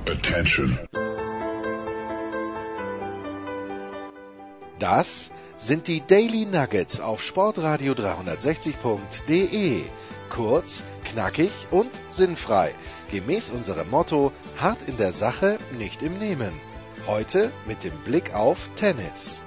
Attention. Das sind die Daily Nuggets auf Sportradio 360.de. Kurz, knackig und sinnfrei. Gemäß unserem Motto: hart in der Sache, nicht im Nehmen. Heute mit dem Blick auf Tennis.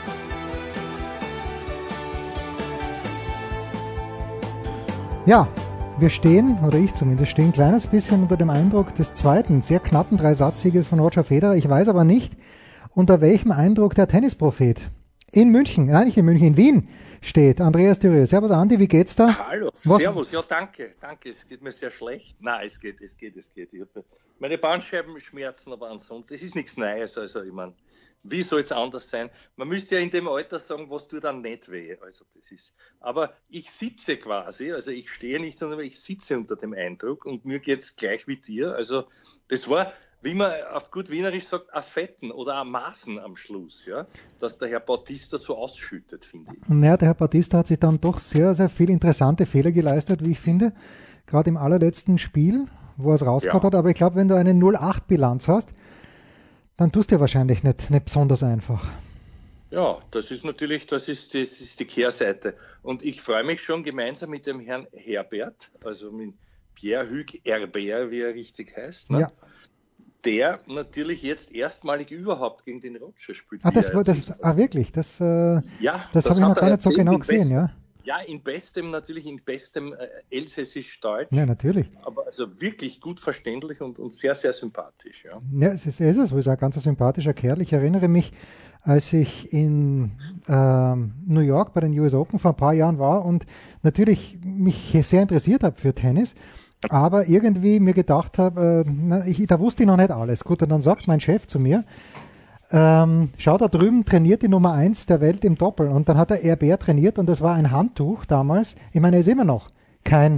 Ja, wir stehen, oder ich zumindest stehe, ein kleines bisschen unter dem Eindruck des zweiten, sehr knappen Dreisatz-Sieges von Roger Federer. Ich weiß aber nicht, unter welchem Eindruck der Tennisprophet in München, nein, nicht in München, in Wien steht. Andreas Dürer. Servus Andi, wie geht's da? Hallo, servus, ja danke, es geht mir sehr schlecht. Nein, es geht. Ich habe meine Bandscheiben schmerzen, aber ansonsten, es ist nichts Neues, also ich meine, wie soll es anders sein? Man müsste ja in dem Alter sagen, was tut dann nicht weh, also das ist, aber ich sitze quasi, also ich stehe nicht, sondern ich sitze unter dem Eindruck und mir geht's gleich wie dir, also das war, wie man auf gut Wienerisch sagt, ein Fetten oder ein Maßen am Schluss, ja, dass der Herr Bautista so ausschüttet, finde ich. Naja, der Herr Bautista hat sich dann doch sehr, sehr viele interessante Fehler geleistet, wie ich finde, gerade im allerletzten Spiel, wo er es rausgehauen hat, aber ich glaube, wenn du eine 0-8-Bilanz hast, dann tust du ja wahrscheinlich nicht besonders einfach. Ja, das ist die Kehrseite. Und ich freue mich schon gemeinsam mit dem Herrn Herbert, also mit Pierre-Hugues Herbert, wie er richtig heißt, ne? Ja. Der natürlich jetzt erstmalig überhaupt gegen den Roger spielt. Wirklich? Das habe ich noch gar nicht so genau gesehen, ja. Ja, in bestem Elsässisch-Deutsch. Ja, natürlich. Aber also wirklich gut verständlich und sehr, sehr sympathisch. Ja, ja es ist ein ganz sympathischer Kerl. Ich erinnere mich, als ich in New York bei den US Open vor ein paar Jahren war und natürlich mich sehr interessiert habe für Tennis, aber irgendwie mir gedacht habe, da wusste ich noch nicht alles. Gut, und dann sagt mein Chef zu mir, schau, da drüben trainiert die Nummer 1 der Welt im Doppel. Und dann hat der RBR trainiert und das war ein Handtuch damals. Ich meine, er ist immer noch kein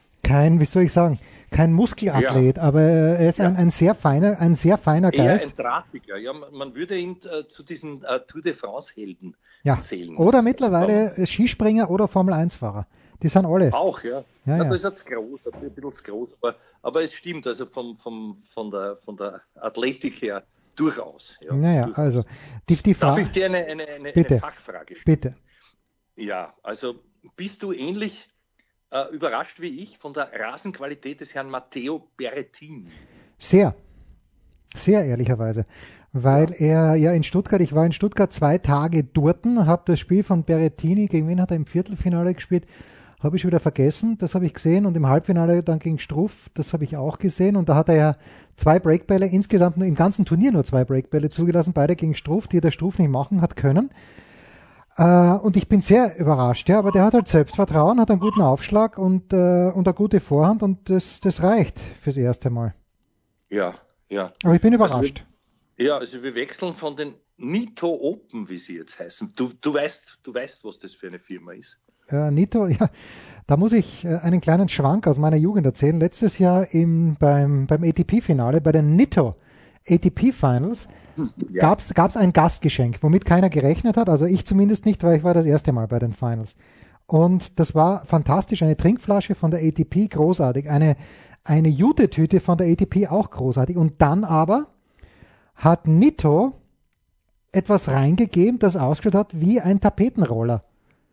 Muskelathlet, aber er ist ein sehr feiner Geist. Eher ein Drahtiger. Ja, man würde ihn zu diesen Tour de France-Helden zählen. Oder mittlerweile Skispringer oder Formel-1-Fahrer. Die sind alle. Auch, ja. Aber ist jetzt groß, ein bisschen zu groß. Aber es stimmt, also von der Athletik her durchaus. Ja, naja, durchaus. Also die Frage. Darf ich dir eine Fachfrage stellen? Bitte. Ja, also bist du ähnlich überrascht wie ich von der Rasenqualität des Herrn Matteo Berrettini? Sehr. Sehr ehrlicherweise. Weil er ja ich war in Stuttgart 2 Tage dort, habe das Spiel von Berrettini, gegen wen hat er im Viertelfinale gespielt, habe ich schon wieder vergessen, das habe ich gesehen, und im Halbfinale dann gegen Struff, das habe ich auch gesehen, und da hat er ja 2 Breakbälle, insgesamt im ganzen Turnier nur 2 Breakbälle zugelassen, beide gegen Struff, die der Struff nicht machen hat können. Und ich bin sehr überrascht, ja, aber der hat halt Selbstvertrauen, hat einen guten Aufschlag und eine gute Vorhand, und das reicht fürs erste Mal. Ja. Aber ich bin überrascht. Also wir wechseln von den Nitto Open, wie sie jetzt heißen. Du weißt, was das für eine Firma ist. Nitto, ja, da muss ich einen kleinen Schwank aus meiner Jugend erzählen. Letztes Jahr beim ATP-Finale, bei den Nitto ATP-Finals, gab's ein Gastgeschenk, womit keiner gerechnet hat, also ich zumindest nicht, weil ich war das erste Mal bei den Finals. Und das war fantastisch, eine Trinkflasche von der ATP, großartig, eine Jute-Tüte von der ATP, auch großartig. Und dann aber hat Nitto etwas reingegeben, das ausgeschaut hat wie ein Tapetenroller.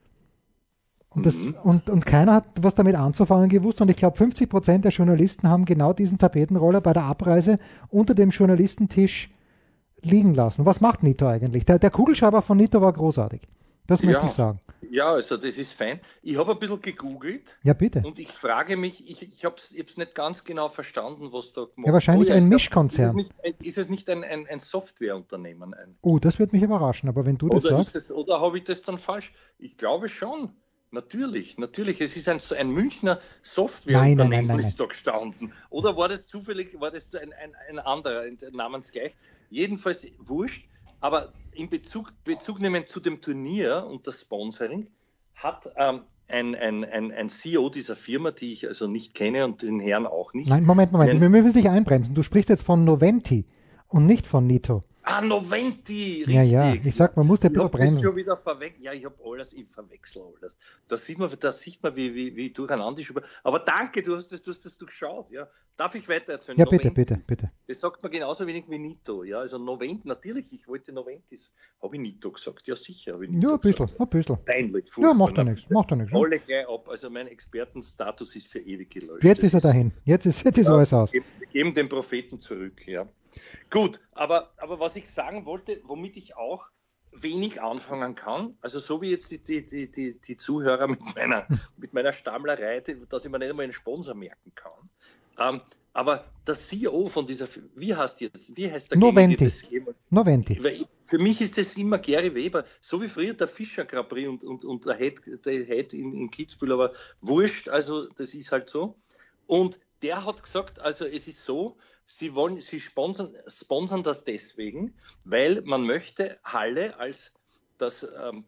Und keiner hat was damit anzufangen gewusst, und ich glaube 50% der Journalisten haben genau diesen Tapetenroller bei der Abreise unter dem Journalistentisch liegen lassen. Was macht Nitto eigentlich? Der Kugelschreiber von Nitto war großartig. Das möchte ich sagen. Ja, also das ist fein. Ich habe ein bisschen gegoogelt. Ja, bitte. Und ich frage mich, ich habe es nicht ganz genau verstanden, was da gemacht wird. Ja, wahrscheinlich ein Mischkonzern. Ist es nicht ein Softwareunternehmen? Das würde mich überraschen, aber wenn du das sagst. Oder habe ich das dann falsch? Ich glaube schon. Natürlich. Es ist ein Münchner Softwareunternehmen, ist da gestanden. Oder war das zufällig, ein anderer namensgleich? Jedenfalls wurscht. Aber in Bezug nehmen zu dem Turnier und das Sponsoring hat ein CEO dieser Firma, die ich also nicht kenne und den Herrn auch nicht. Nein, Moment. Wir müssen dich einbremsen. Du sprichst jetzt von Noventi und nicht von Nitto. Noventi, Ja, richtig. ja, ich sag, man muss ein bisschen Ich bremsen. schon wieder ja, ich habe alles, ich verwechsel alles. Da sieht man wie durcheinander ist. Aber danke, du hast das durchschaut. Ja. Darf ich weiter erzählen? Ja, bitte, bitte, bitte. Das sagt man genauso wenig wie Nito. Ja, also Noventi, natürlich, ich wollte Noventis. Habe ich Nito gesagt? Ja, sicher habe ich Nito gesagt. Ein bisschen. Peinlich, Ja, furchtbar. macht ja nichts. Alle gleich ab. Also mein Expertenstatus ist für ewig gelöscht. Jetzt ist er dahin. Jetzt ist alles aus. Wir geben den Propheten zurück, ja. Gut, aber was ich sagen wollte, womit ich auch wenig anfangen kann, also so wie jetzt die Zuhörer mit meiner Stammlerei, dass ich mir nicht einmal einen Sponsor merken kann. Aber der CEO von dieser, wie heißt der Noventi. Für mich ist das immer Gary Weber, so wie früher der Fischer Grand Prix und der Head in Kitzbühel, aber wurscht, also das ist halt so. Und der hat gesagt, also es ist so, sie sponsern das deswegen, weil man möchte Halle als das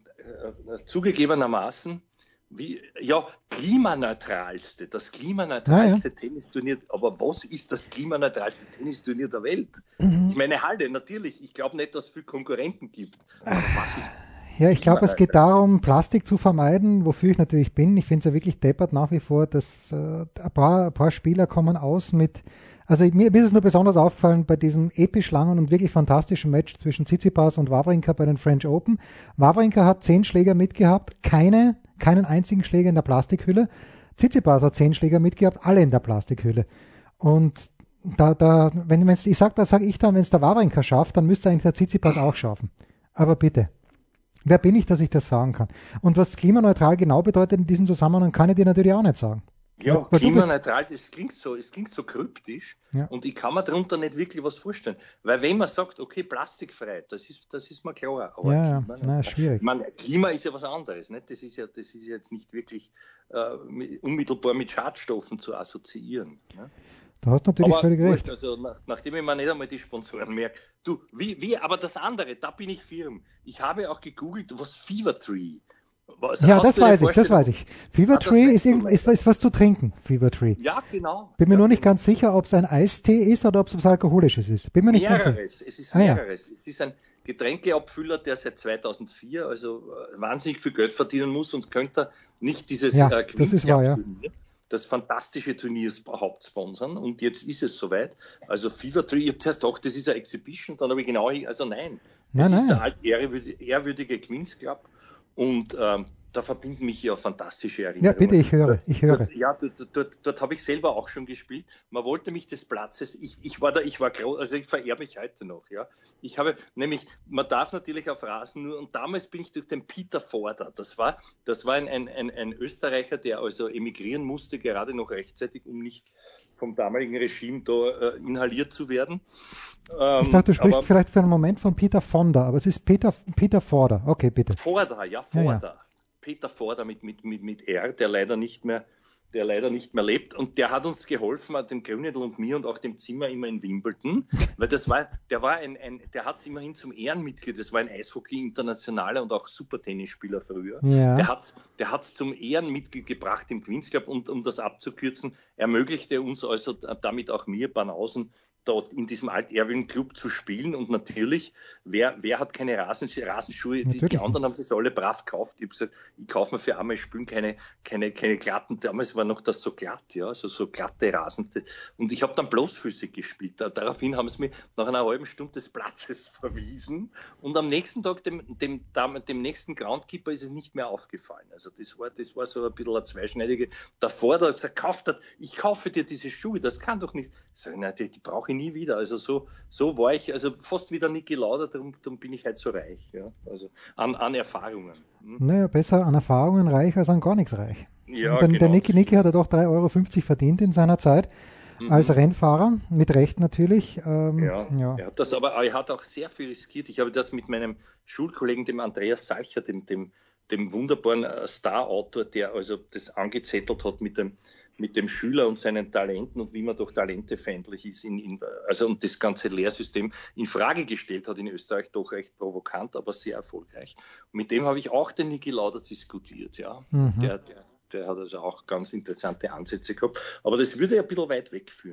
zugegebenermaßen klimaneutralste Tennisturnier. Aber was ist das klimaneutralste Tennisturnier der Welt? Ich meine Halle, natürlich. Ich glaube nicht, dass es viele Konkurrenten gibt. Aber was ist Ja, ich glaube, es geht darum, Plastik zu vermeiden, wofür ich natürlich bin. Ich finde es ja wirklich deppert nach wie vor, dass ein paar Spieler kommen aus mit, also mir ist es nur besonders aufgefallen bei diesem episch langen und wirklich fantastischen Match zwischen Tsitsipas und Wawrinka bei den French Open. Wawrinka hat 10 Schläger mitgehabt, keinen einzigen Schläger in der Plastikhülle. Tsitsipas hat 10 Schläger mitgehabt, alle in der Plastikhülle. Und wenn es der Wawrinka schafft, dann müsste eigentlich der Tsitsipas auch schaffen. Aber bitte. Wer bin ich, dass ich das sagen kann? Und was klimaneutral genau bedeutet in diesem Zusammenhang, kann ich dir natürlich auch nicht sagen. Ja, klimaneutral, es klingt so kryptisch, ja. Und ich kann mir darunter nicht wirklich was vorstellen. Weil wenn man sagt, okay, plastikfrei, das ist mir klar. Aber schwierig. Ich meine, Klima ist ja was anderes. Nicht? Das ist ja jetzt nicht wirklich unmittelbar mit Schadstoffen zu assoziieren. Ne? Da hast du natürlich völlig recht. Also, nachdem ich mir nicht einmal die Sponsoren merke. Du, aber das andere, da bin ich firm. Ich habe auch gegoogelt, was Fever Tree. Das weiß ich. Fever Tree ist was zu trinken, Fever Tree. Ja, genau. Bin mir nur nicht ganz sicher, ob es ein Eistee ist oder ob es was Alkoholisches ist. Bin mir nicht ganz sicher. Es ist mehreres. Es ist ein Getränkeabfüller, der seit 2004 also wahnsinnig viel Geld verdienen muss, sonst könnte er nicht dieses das ist wahr, das fantastische Turniers Hauptsponsern, und jetzt ist es soweit. Also Fever Tree, ich habe zuerst gedacht, das ist eine Exhibition, dann habe ich nein. Das ist der altehrwürdige Queen's Club, und da verbinden mich ja fantastische Erinnerungen. Ja, bitte, ich höre. Dort habe ich selber auch schon gespielt. Man wollte mich des Platzes, ich verehre mich heute noch. Ja. Ich habe nämlich, man darf natürlich auf Rasen nur, und damals bin ich durch den Peter Forder. Das war ein Österreicher, der also emigrieren musste, gerade noch rechtzeitig, um nicht vom damaligen Regime da inhaliert zu werden. Ich dachte, du sprichst vielleicht für einen Moment von Peter Fonda, aber es ist Peter Forder. Okay, bitte. Forder. Ja. Peter Forder mit R, der leider nicht mehr lebt, und der hat uns geholfen, dem Grünedl und mir und auch dem Zimmer immer in Wimbledon, weil der hat es immerhin zum Ehrenmitglied, das war ein Eishockey-Internationaler und auch Supertennisspieler früher. Ja. Der hat's zum Ehrenmitglied gebracht im Queen's Club, und um das abzukürzen, ermöglichte uns also damit auch mir, Banausen, dort in diesem altehrwürdigen Club zu spielen. Und natürlich, wer hat keine Rasenschuhe? Die anderen haben das alle brav gekauft. Ich habe gesagt, ich kaufe mir für einmal Spielen keine glatten. Damals war noch das so glatt, ja, also so glatte Rasen. Und ich habe dann bloßfüßig gespielt. Daraufhin haben sie mich nach einer halben Stunde des Platzes verwiesen. Und am nächsten Tag, dem nächsten Groundkeeper, ist es nicht mehr aufgefallen. Also das war so ein bisschen eine zweischneidige. Davor hat er gesagt, ich kaufe dir diese Schuhe, das kann doch nicht. Sag ich, nein, die brauche ich nie wieder. Also so war ich, also fast wie der Niki Lauda, darum bin ich halt so reich. Ja? Also an Erfahrungen. Naja, besser an Erfahrungen reich als an gar nichts reich. Ja, genau. Der Niki hat ja doch 3,50 Euro verdient in seiner Zeit als Rennfahrer, mit Recht natürlich. Ja. Aber er hat auch sehr viel riskiert. Ich habe das mit meinem Schulkollegen, dem Andreas Salcher, dem wunderbaren Star-Autor, der also das angezettelt hat mit dem Schüler und seinen Talenten und wie man doch talentefeindlich ist, und das ganze Lehrsystem in Frage gestellt hat in Österreich, doch recht provokant, aber sehr erfolgreich. Und mit dem habe ich auch den Niki Lauda diskutiert, ja. Der hat also auch ganz interessante Ansätze gehabt, aber das würde ja ein bisschen weit wegführen jetzt.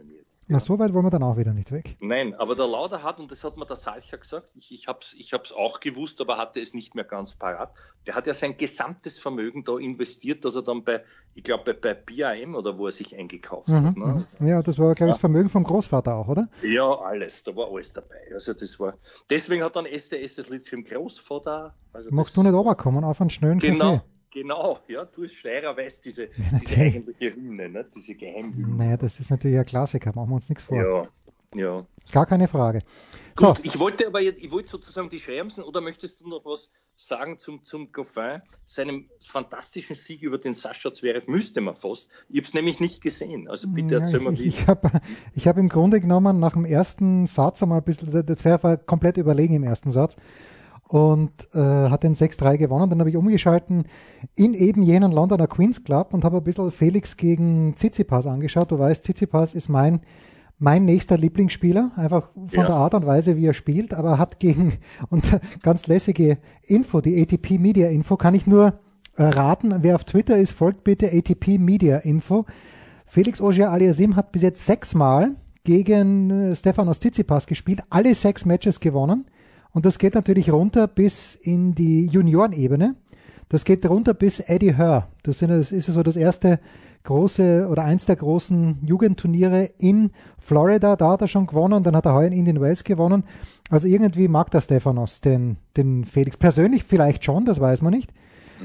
Na, so weit wollen wir dann auch wieder nicht weg. Nein, aber der Lauder hat, und das hat mir der Salcher gesagt, ich hab's auch gewusst, aber hatte es nicht mehr ganz parat, der hat ja sein gesamtes Vermögen da investiert, dass er dann bei BAM oder wo er sich eingekauft hat. Ne? Ja, das war, glaube ich, das Vermögen vom Großvater auch, oder? Ja, alles, da war alles dabei. Also deswegen hat dann STS das Lied für den Großvater. Also magst du nicht runterkommen auf einen schnellen Kaffee? Genau, ja, du als Steirer weißt diese eigentliche Hymne, ne? Diese Geheimhymne. Naja, das ist natürlich ein Klassiker, machen wir uns nichts vor. Ja. Gar keine Frage. Gut, so. Ich wollte sozusagen die Schwärmsen, oder möchtest du noch was sagen zum Goffin, seinem fantastischen Sieg über den Sascha Zverev, müsste man fast. Ich habe es nämlich nicht gesehen, also bitte erzähl mal wie. Ich hab im Grunde genommen nach dem ersten Satz einmal ein bisschen, der Zverev war komplett überlegen im ersten Satz und hat den 6-3 gewonnen. Dann habe ich umgeschalten in eben jenen Londoner Queen's Club und habe ein bisschen Felix gegen Tsitsipas angeschaut. Du weißt, Tsitsipas ist mein nächster Lieblingsspieler, einfach von der Art und Weise, wie er spielt, aber hat und ganz lässige Info, die ATP Media Info, kann ich nur raten, wer auf Twitter ist, folgt bitte ATP Media Info. Felix Auger-Aliassime hat bis jetzt 6-mal gegen Stefanos Tsitsipas gespielt, alle 6 Matches gewonnen. Und das geht natürlich runter bis in die Juniorenebene. Das geht runter bis Eddie Hearn. Das ist so das erste große oder eins der großen Jugendturniere in Florida. Da hat er schon gewonnen. Dann hat er heuer in Indian Wells gewonnen. Also irgendwie mag der Stefanos den Felix. Persönlich vielleicht schon, das weiß man nicht.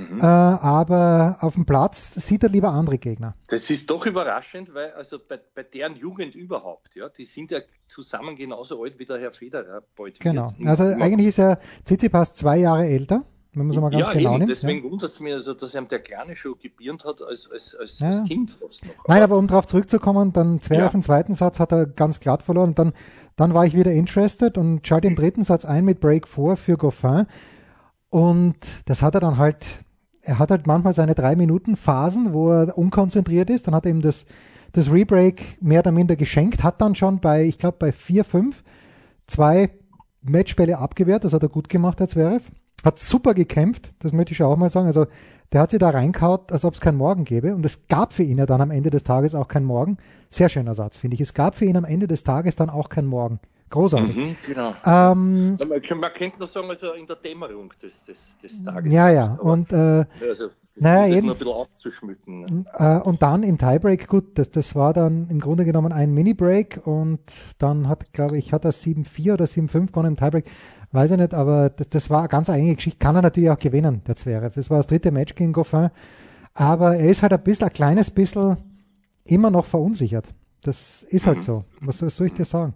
Aber auf dem Platz sieht er lieber andere Gegner. Das ist doch überraschend, weil also bei deren Jugend überhaupt, ja, die sind ja zusammen genauso alt wie der Herr Federer bald Genau, wird. also eigentlich ist er Tsitsipas 2 Jahre älter, wenn man es mal ganz genau nimmt. Deswegen wundert es mich, also, dass ihm der Kleine schon gebirnt hat als Kind fast noch. Nein, aber um darauf zurückzukommen, dann Zverev im zweiten Satz hat er ganz glatt verloren. Und dann war ich wieder interested und schalte im dritten Satz ein mit Break 4 für Goffin. Und das hat er dann halt, er hat halt manchmal seine 3-Minuten-Phasen, wo er unkonzentriert ist. Dann hat er ihm das Rebreak mehr oder minder geschenkt, hat dann schon bei 4-5 2 Matchbälle abgewehrt. Das hat er gut gemacht, der Zverev. Hat super gekämpft, das möchte ich auch mal sagen. Also der hat sich da reingehaut, als ob es keinen Morgen gäbe. Und es gab für ihn ja dann am Ende des Tages auch keinen Morgen. Sehr schöner Satz, finde ich. Es gab für ihn am Ende des Tages dann auch keinen Morgen. Großartig. Genau. Man könnte noch sagen, also in der Dämmerung des Tages. Ja. Und also das naja, ist eben, noch ein bisschen aufzuschmücken. Ne? Und dann im Tiebreak, gut, das war dann im Grunde genommen ein Mini-Break und dann hat er 7-4 oder 7-5 gewonnen im Tiebreak. Weiß ich nicht, aber das war eine ganz eigene Geschichte. Kann er natürlich auch gewinnen, der Zverev. Das war das 3. Match gegen Goffin. Aber er ist halt ein kleines bisschen immer noch verunsichert. Das ist halt so. Was soll ich dir sagen?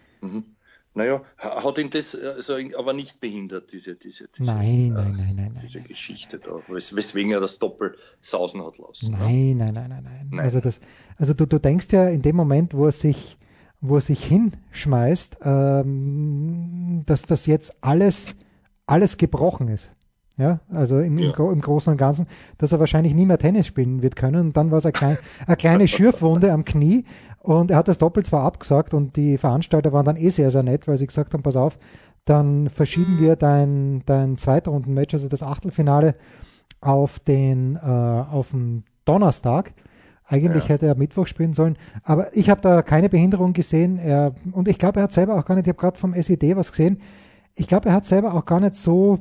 Naja, hat ihn das aber nicht behindert, diese Nein. Diese Geschichte da, weswegen er das Doppel sausen hat lassen. Nein. Also du denkst ja in dem Moment, wo er sich hinschmeißt, dass das jetzt alles gebrochen ist. Ja, also im Großen und Ganzen, dass er wahrscheinlich nie mehr Tennis spielen wird können. Und dann war es eine kleine Schürfwunde am Knie und er hat das Doppel zwar abgesagt und die Veranstalter waren dann sehr, sehr nett, weil sie gesagt haben, pass auf, dann verschieben wir dein Zweitrunden-Match, also das Achtelfinale, auf den Donnerstag. Eigentlich hätte er Mittwoch spielen sollen, aber ich habe da keine Behinderung gesehen. Und ich glaube, er hat selber auch gar nicht, ich habe gerade vom SED was gesehen, ich glaube, er hat selber auch gar nicht so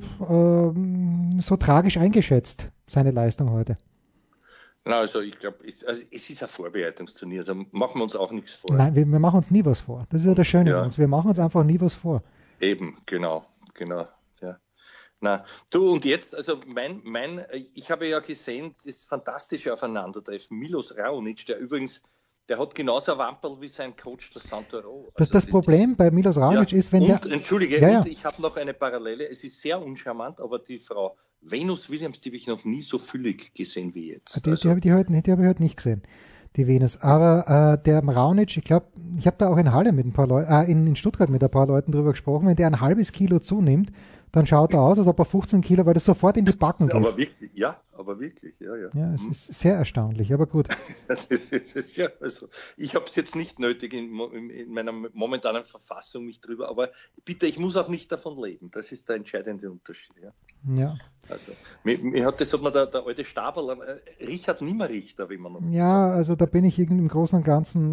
tragisch eingeschätzt, seine Leistung heute. Na, also ich glaube, es ist ein Vorbereitungsturnier, also machen wir uns auch nichts vor. Nein, wir machen uns nie was vor. Das ist ja das Schöne. Ja. Wir machen uns einfach nie was vor. Eben, genau. Ja. Na, du und jetzt, also ich habe ja gesehen, das fantastische Aufeinandertreffen. Milos Raonic, der hat genauso ein Wamperl wie sein Coach, der Santoro. Also das Problem bei Milos Raonic ist, wenn Entschuldige, ich habe noch eine Parallele. Es ist sehr uncharmant, aber die Frau Venus Williams, die habe ich noch nie so füllig gesehen wie jetzt. Die habe ich heute nicht gesehen, die Venus. Aber der Raonic, ich glaube, ich habe da auch in Halle mit ein paar Leuten, in Stuttgart mit ein paar Leuten drüber gesprochen, wenn der ein halbes Kilo zunimmt, dann schaut er aus, als ob er 15 Kilo, weil das sofort in die Backen geht. Aber wirklich, ja. Ja, es ist sehr erstaunlich, aber gut. Das ist ja, also, ich habe es jetzt nicht nötig in meiner momentanen Verfassung mich drüber, aber bitte, ich muss auch nicht davon leben. Das ist der entscheidende Unterschied. Ja. Also, mir hat mir der alte Stabel, Richard Nimmerrichter, wie man noch sagt. Also da bin ich irgendwie im Großen und Ganzen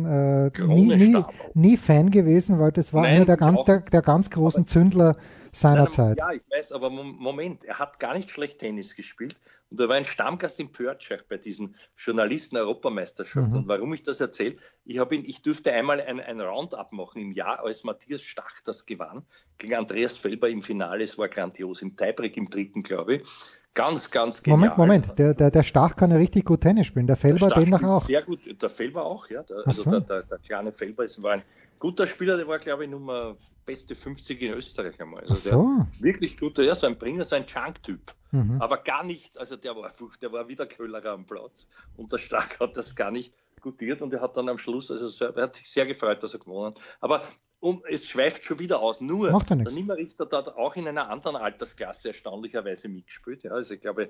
nie Fan gewesen, weil das war einer der ganz großen Zündler seiner Zeit. Ja, ich weiß, aber Moment, er hat gar nicht schlecht Tennis gespielt und er war ein Stammgast in Pörtschach bei diesen Journalisten-Europameisterschaften. Und warum ich das erzähle, ich durfte einmal ein Roundup machen im Jahr, als Matthias Stach das gewann, gegen Andreas Felber im Finale. Es war grandios, im Tiebreak im 3., glaube ich. Ganz, ganz genial. Moment, der Stach kann ja richtig gut Tennis spielen, der Felber demnach auch. Sehr gut, der Felber auch, ja. Der kleine Felber war ein guter Spieler, der war, glaube ich, beste 50 in Österreich einmal. Also der wirklich guter, so ein Bringer, so ein Junk-Typ. Aber gar nicht, also der war wieder Köhlerer am Platz und der Stach hat das gar nicht gutiert und er hat dann am Schluss, er hat sich sehr gefreut, dass er gewonnen hat. Aber es schweift schon wieder aus. Nur, der Nimmerrichter hat auch in einer anderen Altersklasse erstaunlicherweise mitgespielt. Ja, also ich glaube,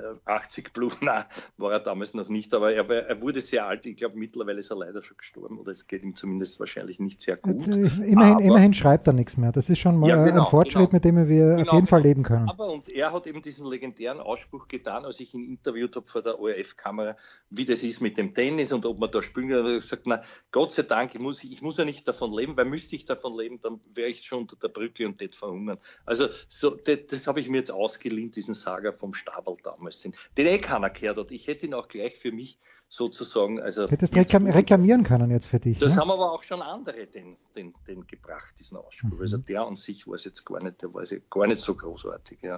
80 plus, nein, war er damals noch nicht, aber er wurde sehr alt. Ich glaube, mittlerweile ist er leider schon gestorben oder es geht ihm zumindest wahrscheinlich nicht sehr gut. Immerhin schreibt er nichts mehr. Das ist schon mal ein Fortschritt, mit dem wir auf jeden Fall leben können. Und er hat eben diesen legendären Ausspruch getan, als ich ihn interviewt habe vor der ORF-Kamera, wie das ist mit dem Tennis und ob man da spielen kann. Er hat gesagt, na, Gott sei Dank, ich muss ja nicht davon leben, weil müsste ich davon leben, dann wäre ich schon unter der Brücke und tät verhungern. Also das habe ich mir jetzt ausgeliehen, diesen Saga vom Stabel damals, den keiner gehört hat. Ich hätte ihn auch gleich für mich sozusagen... Hättest reklamieren können jetzt für dich. Das haben aber auch schon andere den gebracht, diesen Ausspruch. Also der an sich war es jetzt gar nicht so großartig, ja.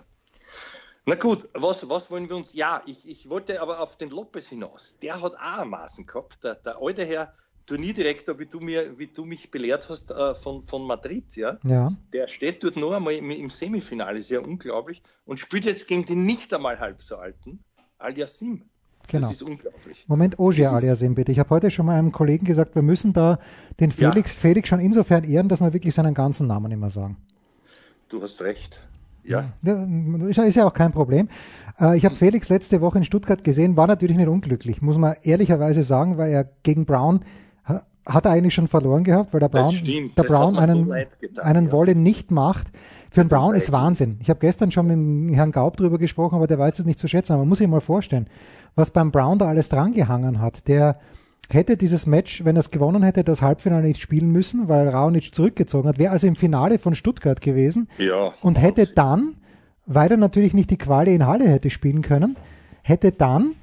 Na gut, was wollen wir uns... Ja, ich wollte aber auf den Lopez hinaus. Der hat auch ein Maßen gehabt, der alte Herr Turnierdirektor, wie du mich belehrt hast, von Madrid, ja? Der steht dort noch einmal im Semifinale, ist ja unglaublich, und spielt jetzt gegen den nicht einmal halb so alten Aliassime. Genau. Das ist unglaublich. Moment, Ogier Aliassime, bitte. Ich habe heute schon mal einem Kollegen gesagt, wir müssen da den Felix schon insofern ehren, dass wir wirklich seinen ganzen Namen immer sagen. Du hast recht. Ja. Ist ja auch kein Problem. Ich habe Felix letzte Woche in Stuttgart gesehen, war natürlich nicht unglücklich, muss man ehrlicherweise sagen, weil er gegen Brown hat er eigentlich schon verloren gehabt, weil der Brown einen Volley nicht macht. Für einen Brown ist Wahnsinn. Ich habe gestern schon mit dem Herrn Gaub drüber gesprochen, aber der weiß es nicht zu schätzen. Aber man muss sich mal vorstellen, was beim Brown da alles drangehangen hat. Der hätte dieses Match, wenn er es gewonnen hätte, das Halbfinale nicht spielen müssen, weil Raonic zurückgezogen hat. Wäre also im Finale von Stuttgart gewesen und hätte dann, weil er natürlich nicht die Quali in Halle hätte spielen können, hätte dann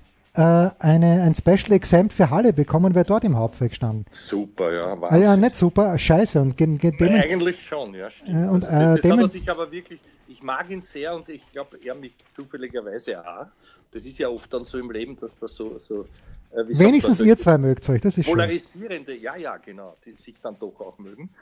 ein Special Exempt für Halle bekommen, wäre dort im Hauptfeld gestanden. Super, ja. Wahnsinn. Ja, nicht super, scheiße. Und eigentlich schon, ja, stimmt. Und, das hat er sich aber wirklich, ich mag ihn sehr und ich glaube, er mich zufälligerweise auch. Das ist ja oft dann so im Leben, dass das so wenigstens ihr zwei mögt euch, das ist polarisierende, schön. Ja, genau, die sich dann doch auch mögen.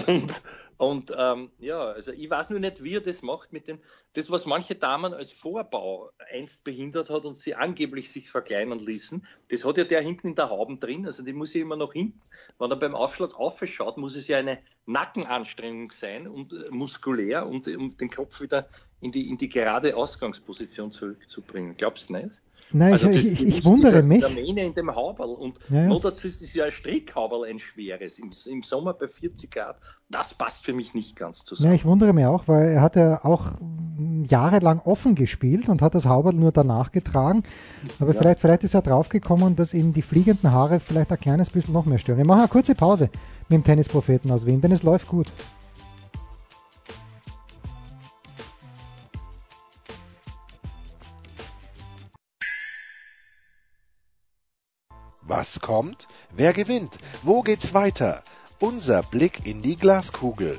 Und also ich weiß nur nicht, wie er das macht mit das, was manche Damen als Vorbau einst behindert hat und sie angeblich sich verkleinern ließen, das hat ja der hinten in der Haube drin, also die muss ja immer noch hinten. Wenn er beim Aufschlag aufschaut, muss es ja eine Nackenanstrengung sein und muskulär, um den Kopf wieder in die gerade Ausgangsposition zurückzubringen. Glaubst du nicht? Nein, also ich wundere mich. Dieser Mähne in dem Hauberl und noch dazu ist ja ein Strickhauberl ein schweres, im Sommer bei 40 Grad, das passt für mich nicht ganz zusammen. Ja, ich wundere mich auch, weil er hat ja auch jahrelang offen gespielt und hat das Hauberl nur danach getragen, aber vielleicht ist er draufgekommen, dass ihm die fliegenden Haare vielleicht ein kleines bisschen noch mehr stören. Wir machen eine kurze Pause mit dem Tennispropheten aus Wien, denn es läuft gut. Was kommt? Wer gewinnt? Wo geht's weiter? Unser Blick in die Glaskugel.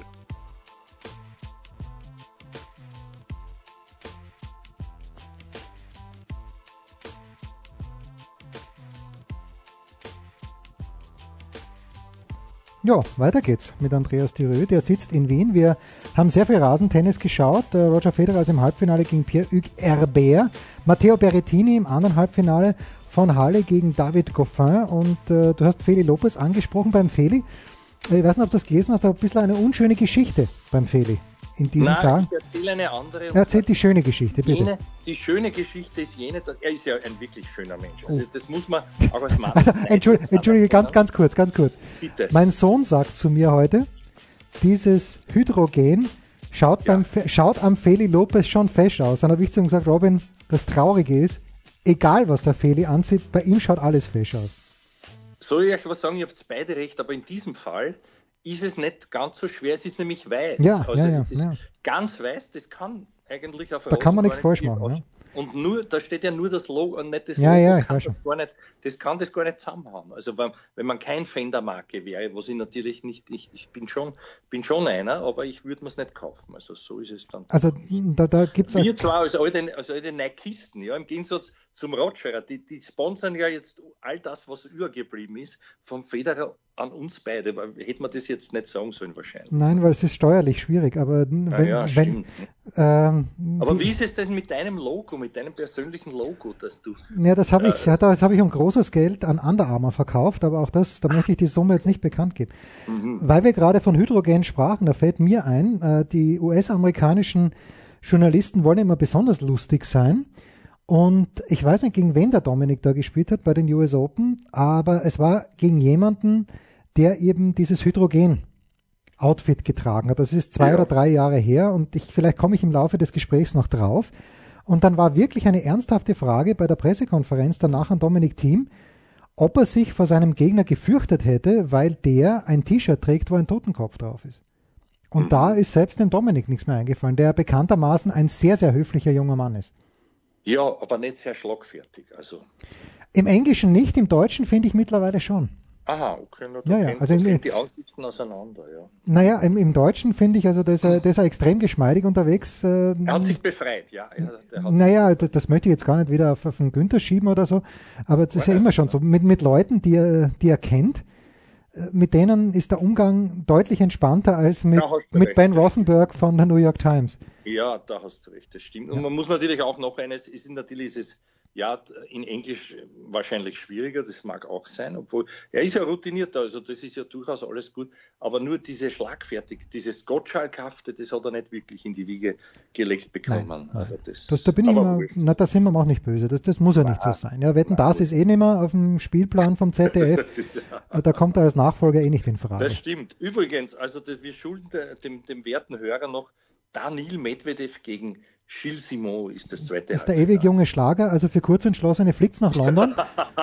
Ja, weiter geht's mit Andreas Thürö, der sitzt in Wien. Wir haben sehr viel Rasentennis geschaut. Roger Federer ist im Halbfinale gegen Pierre-Hugues Herbert. Matteo Berrettini im anderen Halbfinale von Halle gegen David Goffin. Und du hast Feli Lopez angesprochen beim Feli. Ich weiß nicht, ob du das gelesen hast, aber ein bisschen eine unschöne Geschichte beim Feli in diesen Tagen? Ich erzähle eine andere. Erzählt die schöne Geschichte, bitte. Die schöne Geschichte ist jene, er ist ja ein wirklich schöner Mensch. Also das muss man auch als Mann. Entschuldige, ganz kurz. Bitte. Mein Sohn sagt zu mir heute, dieses Hydrogen schaut am Feli Lopez schon fesch aus. Dann habe ich zu ihm gesagt, Robin, das Traurige ist, egal was der Feli anzieht, bei ihm schaut alles fesch aus. Soll ich euch was sagen? Ihr habt beide recht, aber in diesem Fall ist es nicht ganz so schwer. Es ist nämlich weiß. Es ist ganz weiß, das kann eigentlich auf da kann man nichts falsch machen. Ja. Und da steht ja nur das Logo und nicht das Logo. Ja, ich weiß schon. Das kann das gar nicht zusammenhauen. Also wenn man kein Fender-Marke wäre, was ich natürlich nicht, ich bin schon einer, aber ich würde mir es nicht kaufen. Also so ist es dann. Also da gibt es wir zwar als alte Nikeisten, ja, im Gegensatz zum Roger, die sponsern ja jetzt all das, was übergeblieben ist, vom Federer an uns beide. Hätte man das jetzt nicht sagen sollen wahrscheinlich. Nein, weil es ist steuerlich schwierig, aber stimmt. Aber wie ist es denn mit deinem Logo, mit deinem persönlichen Logo, dass du... Ja, das habe ich um großes Geld an Under Armour verkauft, aber auch da möchte ich die Summe jetzt nicht bekannt geben. Weil wir gerade von Hydrogen sprachen, da fällt mir ein, die US-amerikanischen Journalisten wollen immer besonders lustig sein. Und ich weiß nicht, gegen wen der Dominik da gespielt hat bei den US Open, aber es war gegen jemanden, der eben dieses Hydrogen-Outfit getragen hat. Das ist 2 oder 3 Jahre her und vielleicht komme ich im Laufe des Gesprächs noch drauf. Und dann war wirklich eine ernsthafte Frage bei der Pressekonferenz danach an Dominik Thiem, ob er sich vor seinem Gegner gefürchtet hätte, weil der ein T-Shirt trägt, wo ein Totenkopf drauf ist. Und da ist selbst dem Dominik nichts mehr eingefallen, der bekanntermaßen ein sehr, sehr höflicher junger Mann ist. Ja, aber nicht sehr schlagfertig. Also. Im Englischen nicht, im Deutschen finde ich mittlerweile schon. Aha, okay. Also die Ansichten auseinander, ja. Naja, im Deutschen finde ich, also da ist er extrem geschmeidig unterwegs. Er hat sich befreit, ja. Das möchte ich jetzt gar nicht wieder auf den Günther schieben oder so, aber das ist ja immer schon so. Mit Leuten, die er kennt, mit denen ist der Umgang deutlich entspannter als mit Ben Rothenberg von der New York Times. Ja, da hast du recht, das stimmt. Und man muss natürlich auch noch ist es in Englisch wahrscheinlich schwieriger, das mag auch sein, obwohl er ist ja routinierter, also das ist ja durchaus alles gut, aber nur diese dieses Gottschalkhafte, das hat er nicht wirklich in die Wiege gelegt bekommen. Nein. Also da sind wir auch nicht böse, das muss ja nicht so sein. Ja, Wetten, das ist nicht mehr auf dem Spielplan vom ZDF, da kommt er als Nachfolger nicht in Frage. Das stimmt. Übrigens, also wir schulden dem werten Hörer noch Daniil Medvedev gegen Gilles Simon ist das zweite. Das ist der ewig junge Schlager, also für Kurzentschlossene fliegt's nach London.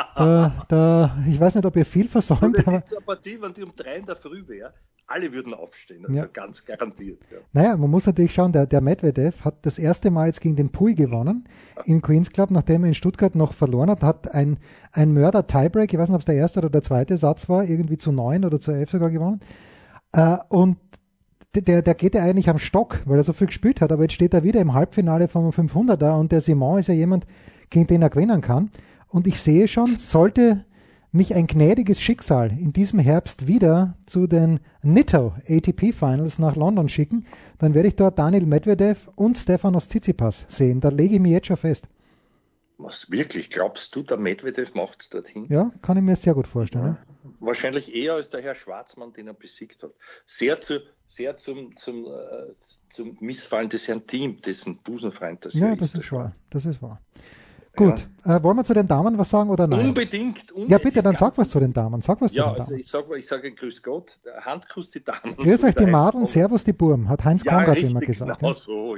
Ich weiß nicht, ob ihr viel versäumt. Aber das ist eine Partie, wenn die um 3 in der Früh wäre, alle würden aufstehen, also ganz garantiert. Ja. Naja, man muss natürlich schauen, der Medvedev hat das erste Mal jetzt gegen den Pui gewonnen im Queen's Club, nachdem er in Stuttgart noch verloren hat ein Mörder-Tiebreak, ich weiß nicht, ob es der erste oder der zweite Satz war, irgendwie zu 9 oder zu 11 sogar gewonnen. Und der geht ja eigentlich am Stock, weil er so viel gespielt hat, aber jetzt steht er wieder im Halbfinale vom 500er und der Simon ist ja jemand, gegen den er gewinnen kann. Und ich sehe schon, sollte mich ein gnädiges Schicksal in diesem Herbst wieder zu den Nitto ATP Finals nach London schicken, dann werde ich dort Daniil Medvedev und Stefanos Tsitsipas sehen. Da lege ich mich jetzt schon fest. Was, wirklich? Glaubst du, der Medvedev macht es dorthin? Ja, kann ich mir sehr gut vorstellen. Ja. Wahrscheinlich eher als der Herr Schwarzmann, den er besiegt hat. Sehr zum Missfallen des Herrn Thiem, dessen Busenfreund das ja ist. Ja, das ist wahr. Gut, wollen wir zu den Damen was sagen oder nein? Unbedingt. Ja, bitte, dann sag was zu den Damen. Zu den Damen. Ich sage Grüß Gott, Handkuss die Damen. Grüß euch die Madeln, Servus die Burm, hat Heinz Konrad immer gesagt. Genau so.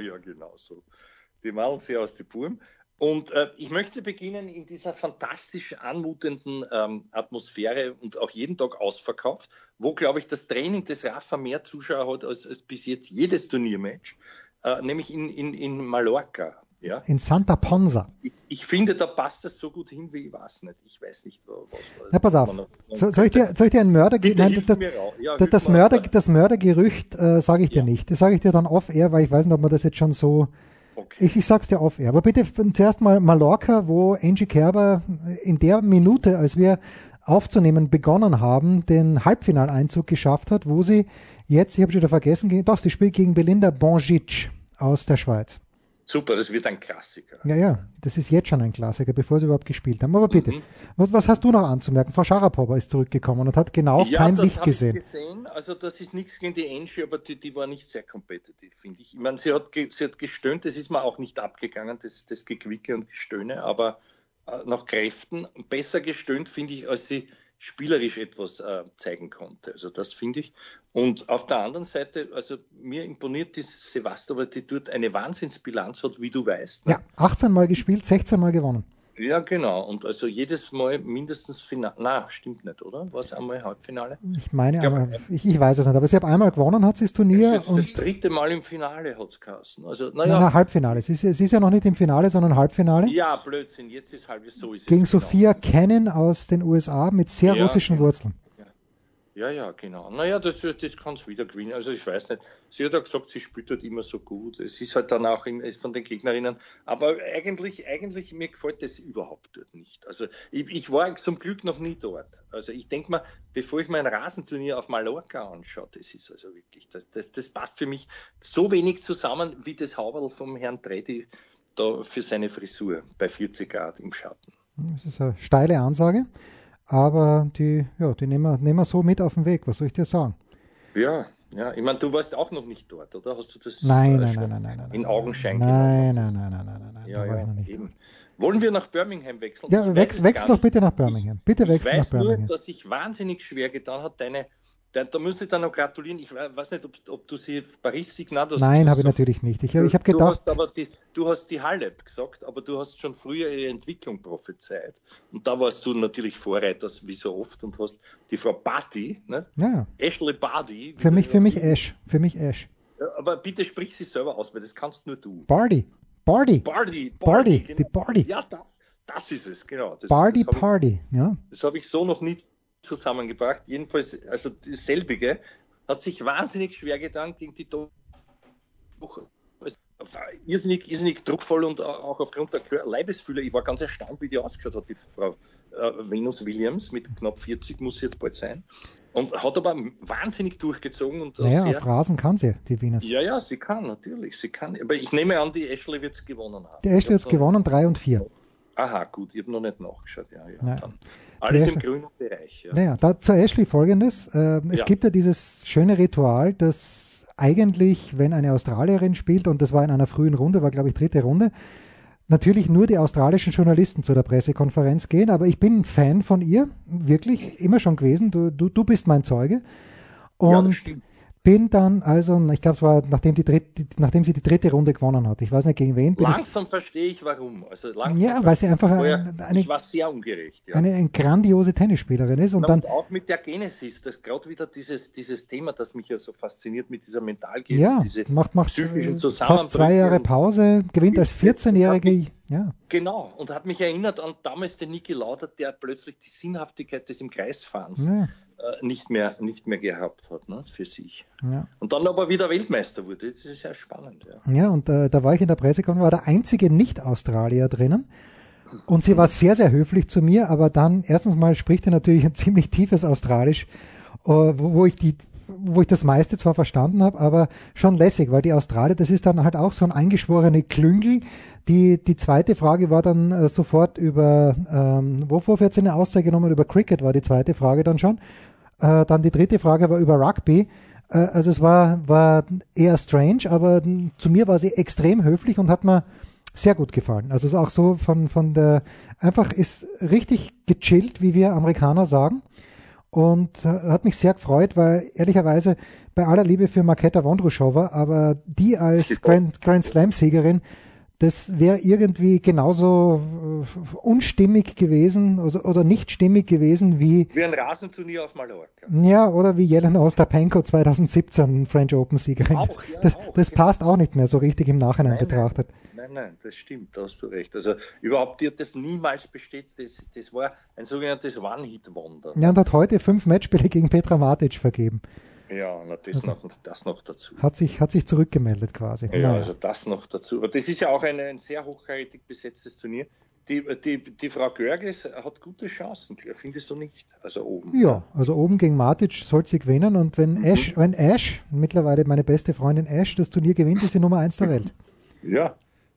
Die Madeln, Servus die Burm. Und ich möchte beginnen in dieser fantastisch anmutenden Atmosphäre und auch jeden Tag ausverkauft, wo, glaube ich, das Training des Rafa mehr Zuschauer hat als bis jetzt jedes Turniermatch, nämlich in Mallorca. Ja? In Santa Ponsa. Ich finde, da passt das so gut hin, wie ich weiß nicht. Ich weiß nicht, was. Na, pass auf. Soll ich dir ein Mördergerücht? Das Mördergerücht sage ich dir nicht. Das sage ich dir dann off-air, weil ich weiß nicht, ob man das jetzt schon so... Okay. Ich sag's dir off-air. Aber bitte zuerst mal Mallorca, wo Angie Kerber in der Minute, als wir aufzunehmen begonnen haben, den Halbfinaleinzug geschafft hat, wo sie jetzt, ich habe schon wieder vergessen, sie spielt gegen Belinda Bonžić aus der Schweiz. Super, das wird ein Klassiker. Ja, das ist jetzt schon ein Klassiker, bevor sie überhaupt gespielt haben. Aber bitte, was hast du noch anzumerken? Frau Sharapova ist zurückgekommen und hat genau kein Licht gesehen. Ich gesehen. Also das ist nichts gegen die Angie, aber die war nicht sehr kompetitiv, finde ich. Ich meine, sie hat gestöhnt, das ist mir auch nicht abgegangen, das Gequicke und Gestöhne, aber nach Kräften besser gestöhnt, finde ich, als sie spielerisch etwas zeigen konnte. Also das finde ich. Und auf der anderen Seite, also mir imponiert die Sevastova, die dort eine Wahnsinnsbilanz hat, wie du weißt. Ja, 18 Mal gespielt, 16 Mal gewonnen. Ja, genau. Und also jedes Mal mindestens Finale. Na, stimmt nicht, oder? War es einmal Halbfinale? Ich meine, ich weiß es nicht, aber sie hat einmal gewonnen, hat sie das Turnier. Das dritte Mal im Finale hat es geheißen. Also, Nein, Halbfinale. Sie ist ja noch nicht im Finale, sondern Halbfinale. Ja, Blödsinn, jetzt ist halb so. Ist gegen es Sophia Cannon aus den USA mit sehr russischen Wurzeln. Ja, genau. Naja, das kann es wieder gewinnen. Also ich weiß nicht. Sie hat ja gesagt, sie spielt halt immer so gut. Es ist halt dann auch von den Gegnerinnen. Aber eigentlich, mir gefällt das überhaupt dort nicht. Also ich war zum Glück noch nie dort. Also ich denke mal, bevor ich mein Rasenturnier auf Mallorca anschaue, das ist also wirklich, das passt für mich so wenig zusammen wie das Hauberl vom Herrn Tredi da für seine Frisur bei 40 Grad im Schatten. Das ist eine steile Ansage. Aber die nehmen wir so mit auf den Weg, was soll ich dir sagen? Ja, ich meine, du warst auch noch nicht dort, oder? Hast du das nein, in Augenschein genommen? Nein, da war ich noch nicht. Wollen wir nach Birmingham wechseln? Ja, wechsel doch bitte nach Birmingham. Bitte wechsel nach Birmingham. Ich weiß nur, dass sich wahnsinnig schwer getan hat, da muss ich dann noch gratulieren. Ich weiß nicht, ob du sie Paris-Signat hast. Nein, habe ich natürlich nicht. Ich habe gedacht. Du hast die Halep gesagt, aber du hast schon früher ihre Entwicklung prophezeit. Und da warst du natürlich Vorreiter, wie so oft, und hast die Frau Barty, ne? Ja. Ashley Barty. Für mich Ash. Ja, aber bitte sprich sie selber aus, weil das kannst nur du. Barty. Genau. Die Barty. Ja, das ist es, genau. Party, ja. Das habe ich so noch nie zusammengebracht. Jedenfalls, also selbige hat sich wahnsinnig schwer getan gegen die irrsinnig druckvoll und auch aufgrund der Leibesfülle. Ich war ganz erstaunt, wie die ausgeschaut hat, die Frau Venus Williams mit knapp 40, muss sie jetzt bald sein. Und hat aber wahnsinnig durchgezogen. Und auf Rasen kann sie, die Venus. Ja, sie kann, natürlich. Sie kann. Aber ich nehme an, die Ashley wird es gewonnen haben. Die Ashley hat es gewonnen, 3 und 4. Aha, gut, ich habe noch nicht nachgeschaut. Ja. Dann. Alles im grünen Bereich. Ja. Naja, da zu Ashley Folgendes. Es gibt ja dieses schöne Ritual, dass eigentlich, wenn eine Australierin spielt, und das war in einer frühen Runde, war glaube ich 3. Runde, natürlich nur die australischen Journalisten zu der Pressekonferenz gehen, aber ich bin ein Fan von ihr, wirklich, immer schon gewesen. Du bist mein Zeuge. Und das stimmt. Bin dann ich glaube, es war nachdem sie die 3. Runde gewonnen hat. Ich weiß nicht gegen wen. Langsam verstehe ich warum. Weil sie einfach ich war sehr ungerecht. Ja. Eine grandiose Tennisspielerin ist. Und auch mit der Genesis, das gerade wieder dieses Thema, das mich ja so fasziniert mit dieser Mentalgebung, diese macht psychischen Zusammenbrüche. Fast 2 Jahre Pause, gewinnt als 14-Jährige. Ja. Genau, und hat mich erinnert an damals den Niki Lauda, der plötzlich die Sinnhaftigkeit des im Kreisfahrens nicht mehr gehabt hat, ne, für sich. Ja. Und dann aber wieder Weltmeister wurde. Das ist sehr spannend. Ja, und da war ich in der Pressekonferenz, war der einzige Nicht-Australier drinnen. Und sie war sehr, sehr höflich zu mir, aber dann, erstens mal spricht er natürlich ein ziemlich tiefes Australisch, wo ich das meiste zwar verstanden habe, aber schon lässig, weil die Australier, das ist dann halt auch so ein eingeschworene Klüngel. Die zweite Frage war dann sofort über, wovor hat sie eine Auszeit genommen? Über Cricket war die zweite Frage dann schon. Dann die 3. Frage war über Rugby. Also es war eher strange, aber zu mir war sie extrem höflich und hat mir sehr gut gefallen. Also auch so von der, einfach ist richtig gechillt, wie wir Amerikaner sagen. Und hat mich sehr gefreut, weil ehrlicherweise bei aller Liebe für Marketa Vondrousova, aber die als Grand Slam-Siegerin, das wäre irgendwie genauso unstimmig gewesen oder nicht stimmig gewesen wie ein Rasenturnier auf Mallorca. Ja, oder wie Jelena Ostapenko 2017 French Open-Siegerin. Das passt auch nicht mehr so richtig im Nachhinein betrachtet. Nein, das stimmt, da hast du recht. Also überhaupt, die hat das niemals bestätigt. Das war ein sogenanntes One-Hit-Wonder. Ja, und hat heute 5 Matchspiele gegen Petra Martic vergeben. Ja, das noch dazu. Hat sich zurückgemeldet quasi. Ja, also das noch dazu. Aber das ist ja auch ein sehr hochkarätig besetztes Turnier. Die Frau Görges hat gute Chancen, findest du nicht? Also oben. Ja, also oben gegen Martic soll sie gewinnen. Und wenn Ash, mittlerweile meine beste Freundin Ash, das Turnier gewinnt, ist sie Nummer 1 der Welt. Ja,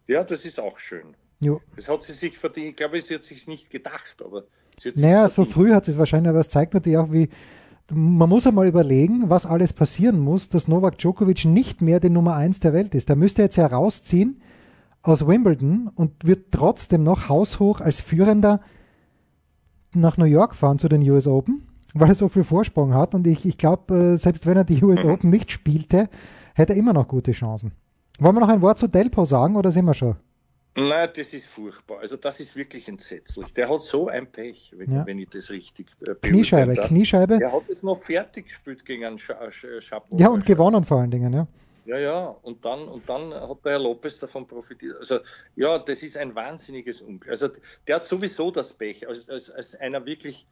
Ja, das ist auch schön. Jo. Das hat sie sich verdient. Ich glaube, sie hat sich nicht gedacht, aber sie hat sich Naja, so verdient. früh hat sie es wahrscheinlich, aber es zeigt natürlich auch, wie man muss einmal überlegen, was alles passieren muss, dass Novak Djokovic nicht mehr die Nummer 1 der Welt ist. Der müsste jetzt herausziehen aus Wimbledon und wird trotzdem noch haushoch als Führender nach New York fahren zu den US Open, weil er so viel Vorsprung hat. Und ich glaube, selbst wenn er die US Open nicht spielte, hätte er immer noch gute Chancen. Wollen wir noch ein Wort zu Delpo sagen oder sind wir schon? Nein, das ist furchtbar. Also das ist wirklich entsetzlich. Der hat so ein Pech, wenn ich das richtig Kniescheibe. Der hat jetzt noch fertig gespielt gegen einen Chapeau. Ja, und gewonnen vor allen Dingen, ja. Ja, und dann hat der Herr Lopez davon profitiert. Also ja, das ist ein wahnsinniges Unglück. Also der hat sowieso das Pech, als einer wirklich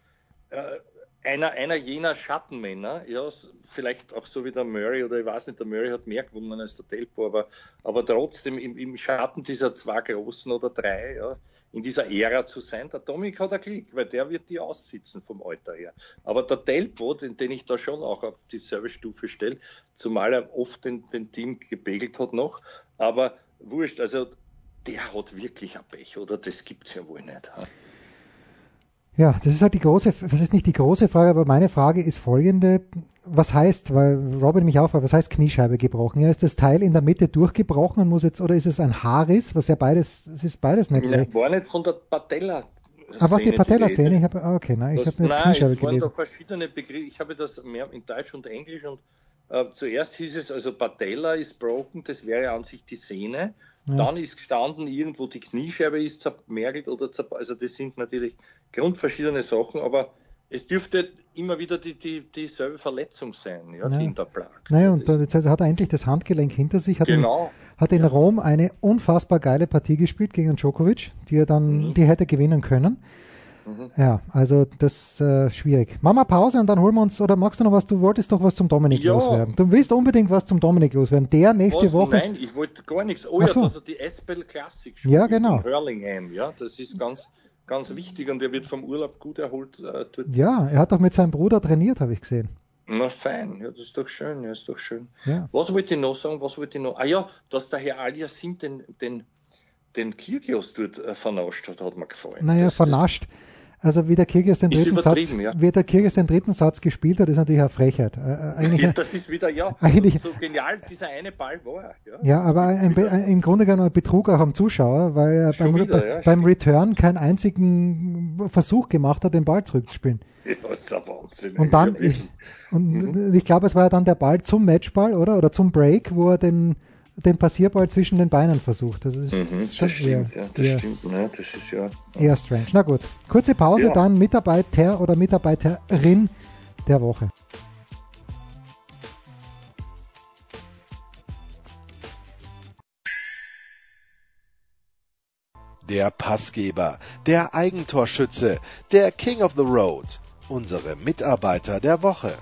einer jener Schattenmänner, ja, vielleicht auch so wie der Murray, oder ich weiß nicht, der Murray hat mehr gewonnen als der Delpo, aber trotzdem im Schatten dieser zwei Großen oder drei, ja, in dieser Ära zu sein. Der Dominik hat ein Glück, weil der wird die aussitzen vom Alter her. Aber der Delpo, den ich da schon auch auf die Servicestufe stelle, zumal er oft den Team gepegelt hat noch, aber wurscht, also der hat wirklich ein Pech, oder? Das gibt es ja wohl nicht. Ha? Ja, das ist halt das ist nicht die große Frage, aber meine Frage ist folgende. Was heißt, weil Robin mich auffragt, was heißt Kniescheibe gebrochen? Ja, ist das Teil in der Mitte durchgebrochen und muss jetzt, oder ist es ein Haarriss, was ja beides, es ist beides nicht. Nein, war nicht von der Patella. Was, die Patellasehne? Ich habe eine Kniescheibe es waren gelesen. da verschiedene Begriffe. Ich habe das mehr in Deutsch und Englisch und zuerst hieß es, also Patella ist broken, das wäre an sich die Sehne. Ja. Dann ist gestanden, irgendwo die Kniescheibe ist zermergelt oder also das sind natürlich grundverschiedene Sachen, aber es dürfte immer wieder dieselbe Verletzung sein, ja, die ihn da plagt. Naja, und jetzt hat er endlich das Handgelenk hinter sich, hat in Rom eine unfassbar geile Partie gespielt gegen Djokovic, die er dann, die hätte gewinnen können. Ja, also das ist schwierig. Machen wir Pause und dann holen wir uns, oder magst du noch was, du wolltest doch was zum Dominik loswerden. Du willst unbedingt was zum Dominik loswerden. Der nächste Woche... Nein, ich wollte gar nichts. Oh ja, dass er die Espel Classic spielt in Hurlingham, ja, das ist ganz wichtig und er wird vom Urlaub gut erholt. Ja, er hat doch mit seinem Bruder trainiert, habe ich gesehen. Na fein, ja, das ist doch schön, Ja. Was wollte ich noch sagen, Ah ja, dass der Herr Aliassime den Kyrgios dort vernascht hat mir gefallen. Naja, vernascht. Also wie der Kyrgios den dritten Satz gespielt hat, ist natürlich eine Frechheit. Das ist wieder, so genial dieser eine Ball war. Ja, aber im Grunde genommen ein Betrug auch am Zuschauer, weil er beim Return keinen einzigen Versuch gemacht hat, den Ball zurückzuspielen. Ja, das ist ein Wahnsinn. Und dann, ich glaube, es war ja dann der Ball zum Matchball, oder zum Break, wo er den Passierball zwischen den Beinen versucht. Das ist schon eher strange. Na gut, kurze Pause, dann Mitarbeiter oder Mitarbeiterin der Woche. Der Passgeber, der Eigentorschütze, der King of the Road, unsere Mitarbeiter der Woche.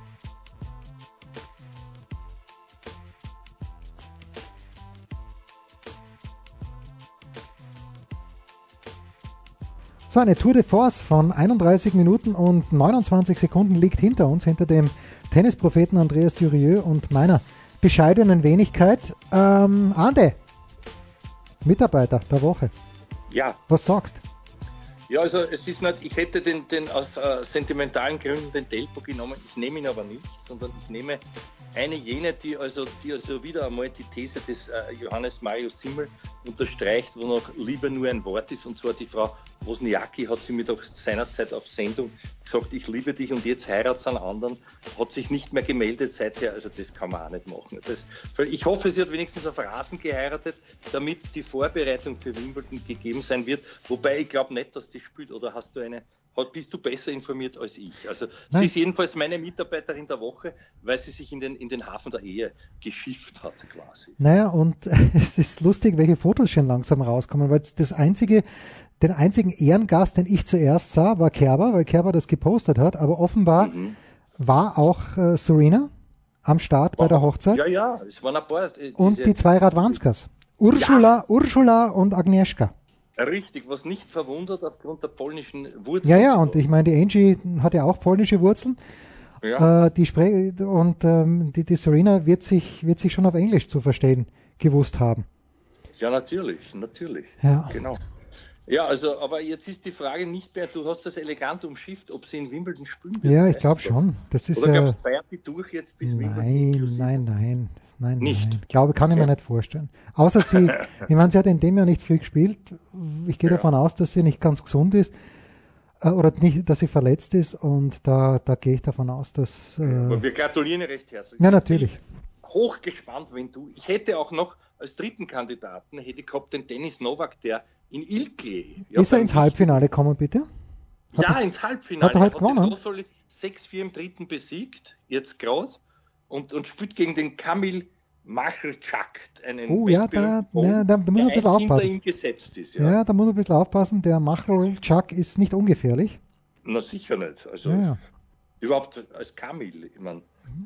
So, eine Tour de Force von 31 Minuten und 29 Sekunden liegt hinter uns, hinter dem Tennispropheten Andreas Dürieu und meiner bescheidenen Wenigkeit. Ande, Mitarbeiter der Woche. Ja. Was sagst du? Ja, also es ist nicht, ich hätte den aus sentimentalen Gründen den Delpo genommen, ich nehme ihn aber nicht, sondern ich nehme jene, die also wieder einmal die These des Johannes Marius Simmel unterstreicht, wo noch Liebe nur ein Wort ist, und zwar die Frau Wozniacki hat sie mir doch seinerzeit auf Sendung gesagt, ich liebe dich und jetzt heiratet einen anderen, hat sich nicht mehr gemeldet seither, also das kann man auch nicht machen. Ich hoffe, sie hat wenigstens auf Rasen geheiratet, damit die Vorbereitung für Wimbledon gegeben sein wird, wobei ich glaube nicht, dass die spielt, oder bist du besser informiert als ich? Also sie ist jedenfalls meine Mitarbeiterin der Woche, weil sie sich in den Hafen der Ehe geschifft hat quasi. Naja, und es ist lustig, welche Fotos schon langsam rauskommen, weil den einzigen Ehrengast, den ich zuerst sah, war Kerber, weil Kerber das gepostet hat, aber offenbar war auch Serena am Start bei der Hochzeit. Ja, es waren ein paar. Und die zwei Radwanskas, Ursula und Agnieszka. Richtig, was nicht verwundert aufgrund der polnischen Wurzeln. Ja, und ich meine, die Angie hat ja auch polnische Wurzeln. Ja. Die Serena wird sich schon auf Englisch zu verstehen gewusst haben. Ja, natürlich. Ja. Genau. Ja, also, aber jetzt ist die Frage nicht mehr, du hast das elegant umschifft, ob sie in Wimbledon spielen wird. Ja, ich glaube schon. Das ist oder glaubst du, feiert die durch jetzt bis Wimbledon inklusive? Nein. Nicht? Kann ich mir nicht vorstellen. Außer sie, ich meine, sie hat in dem Jahr nicht viel gespielt. Ich gehe davon aus, dass sie nicht ganz gesund ist. Oder nicht, dass sie verletzt ist. Und da gehe ich davon aus, dass... Aber wir gratulieren ihr recht herzlich. Ja, natürlich. Hochgespannt, ich hätte auch noch als dritten Kandidaten, hätte ich gehabt den Dennis Novak, der in Ilkley. Ist er ins Halbfinale gekommen, bitte? Ins Halbfinale. Hat er heute gewonnen? 6-4 im dritten besiegt, jetzt gerade, und spielt gegen den Kamil Machelchak, einen da muss man ein bisschen aufpassen. Ihm gesetzt ist. Ja, da muss man ein bisschen aufpassen. Der Machelchak ist nicht ungefährlich. Na, sicher nicht. Also überhaupt als Kamil, ich meine.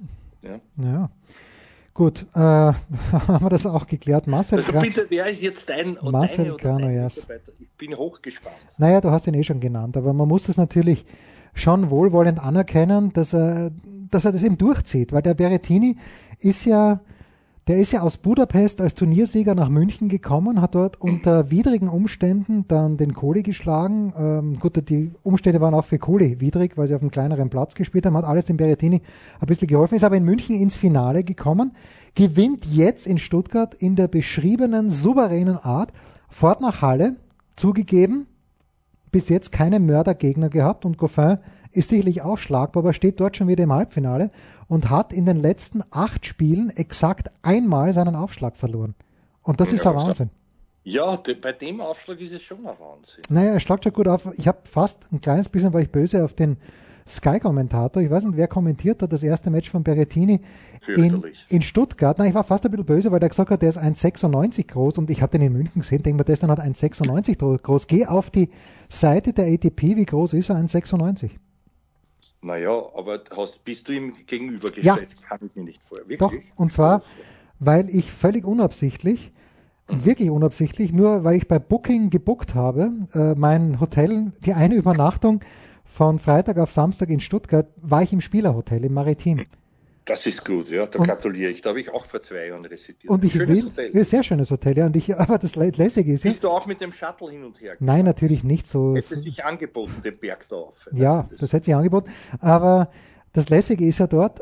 Ja. Gut, haben wir das auch geklärt. Marcel bitte, wer ist jetzt dein Mitarbeiter? Ich bin hochgespannt. Naja, du hast ihn schon genannt, aber man muss das natürlich schon wohlwollend anerkennen, dass er das eben durchzieht, weil der Berrettini ist ja aus Budapest als Turniersieger nach München gekommen, hat dort unter widrigen Umständen dann den Kohli geschlagen. Gut, die Umstände waren auch für Kohli widrig, weil sie auf einem kleineren Platz gespielt haben, hat alles dem Berrettini ein bisschen geholfen, ist aber in München ins Finale gekommen, gewinnt jetzt in Stuttgart in der beschriebenen souveränen Art, fährt nach Halle, zugegeben, bis jetzt keine Mördergegner gehabt und Goffin ist sicherlich auch schlagbar, aber steht dort schon wieder im Halbfinale und hat in den letzten 8 Spielen exakt einmal seinen Aufschlag verloren. Und das ist ein Wahnsinn. Ja, bei dem Aufschlag ist es schon ein Wahnsinn. Naja, er schlagt schon gut auf. Ich habe fast ein kleines bisschen, war ich böse auf den Sky-Kommentator. Ich weiß nicht, wer kommentiert hat, das erste Match von Berrettini in Stuttgart. Nein, ich war fast ein bisschen böse, weil der gesagt hat, der ist 1,96 groß und ich habe den in München gesehen, denke mir, der ist dann halt 1,96 groß. Geh auf die Seite der ATP, wie groß ist er? 1,96. Naja, aber bist du ihm gegenübergestellt? Ja. Kann ich mir nicht vorstellen. Doch, und zwar, weil ich völlig unabsichtlich, wirklich unabsichtlich, nur weil ich bei Booking gebucht habe, mein Hotel, die eine Übernachtung von Freitag auf Samstag in Stuttgart, war ich im Spielerhotel, im Maritim. Das ist gut, ja, da gratuliere ich. Da habe ich auch vor 2 Jahren residiert. Und sehr schönes Hotel, ja. Aber das Lässige ist Bist du auch mit dem Shuttle hin und her gefahren? Nein, natürlich nicht so. Hätte sich angeboten, den Berg da auf. Ja, das hätte sich angeboten. Aber das Lässige ist ja dort,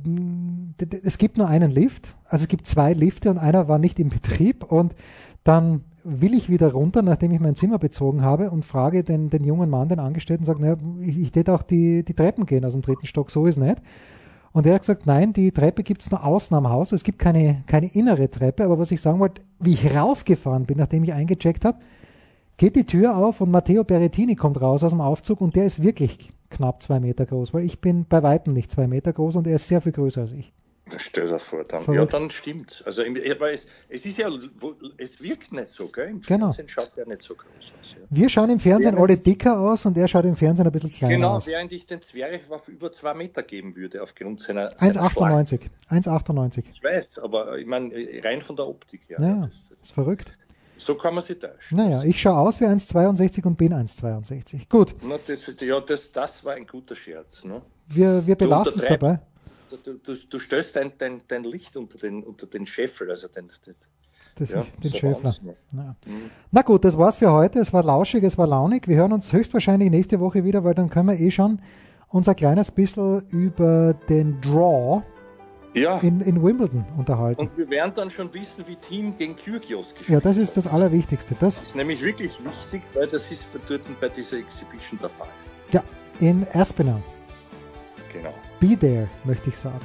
es gibt nur einen Lift, also es gibt 2 Lifte und einer war nicht in Betrieb und dann will ich wieder runter, nachdem ich mein Zimmer bezogen habe und frage den jungen Mann, den Angestellten, sage, naja, ich hätte auch die Treppen gehen aus dem 3. Stock, so ist nicht. Und er hat gesagt, nein, die Treppe gibt es nur außen am Haus, es gibt keine innere Treppe, aber was ich sagen wollte, wie ich raufgefahren bin, nachdem ich eingecheckt habe, geht die Tür auf und Matteo Berrettini kommt raus aus dem Aufzug und der ist wirklich knapp 2 Meter groß, weil ich bin bei Weitem nicht 2 Meter groß und er ist sehr viel größer als ich. Stell dir vor, dann stimmt's. Also es ist ja, es wirkt nicht so, gell? Im Fernsehen schaut er nicht so groß aus. Ja. Wir schauen im Fernsehen alle dicker aus und er schaut im Fernsehen ein bisschen kleiner aus. Genau, während ich den Zwerchwurf über 2 Meter geben würde, aufgrund seiner 1,98. 1,98. Ich weiß, aber ich meine, rein von der Optik her. Ja, das ist verrückt. So kann man sich täuschen. Naja, ich schaue aus wie 1,62 und bin 1,62. Gut. Na, das war ein guter Scherz. Ne? Wir belassen es dabei. Du stößt dein Licht unter den Scheffel, also den Schäffler. Ja. Na gut, das war's für heute. Es war lauschig, es war launig. Wir hören uns höchstwahrscheinlich nächste Woche wieder, weil dann können wir schon unser kleines bisschen über den Draw in Wimbledon unterhalten. Und wir werden dann schon wissen, wie Team gegen Kyrgios gespielt. Ja, das ist das Allerwichtigste. Das ist nämlich wirklich wichtig, weil das ist dort bei dieser Exhibition der Fall. Ja, in Aspinall. Genau. Be there, möchte ich sagen.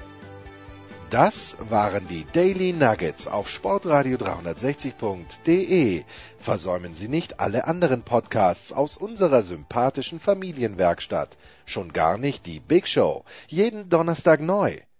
Das waren die Daily Nuggets auf Sportradio 360.de. Versäumen Sie nicht alle anderen Podcasts aus unserer sympathischen Familienwerkstatt. Schon gar nicht die Big Show. Jeden Donnerstag neu.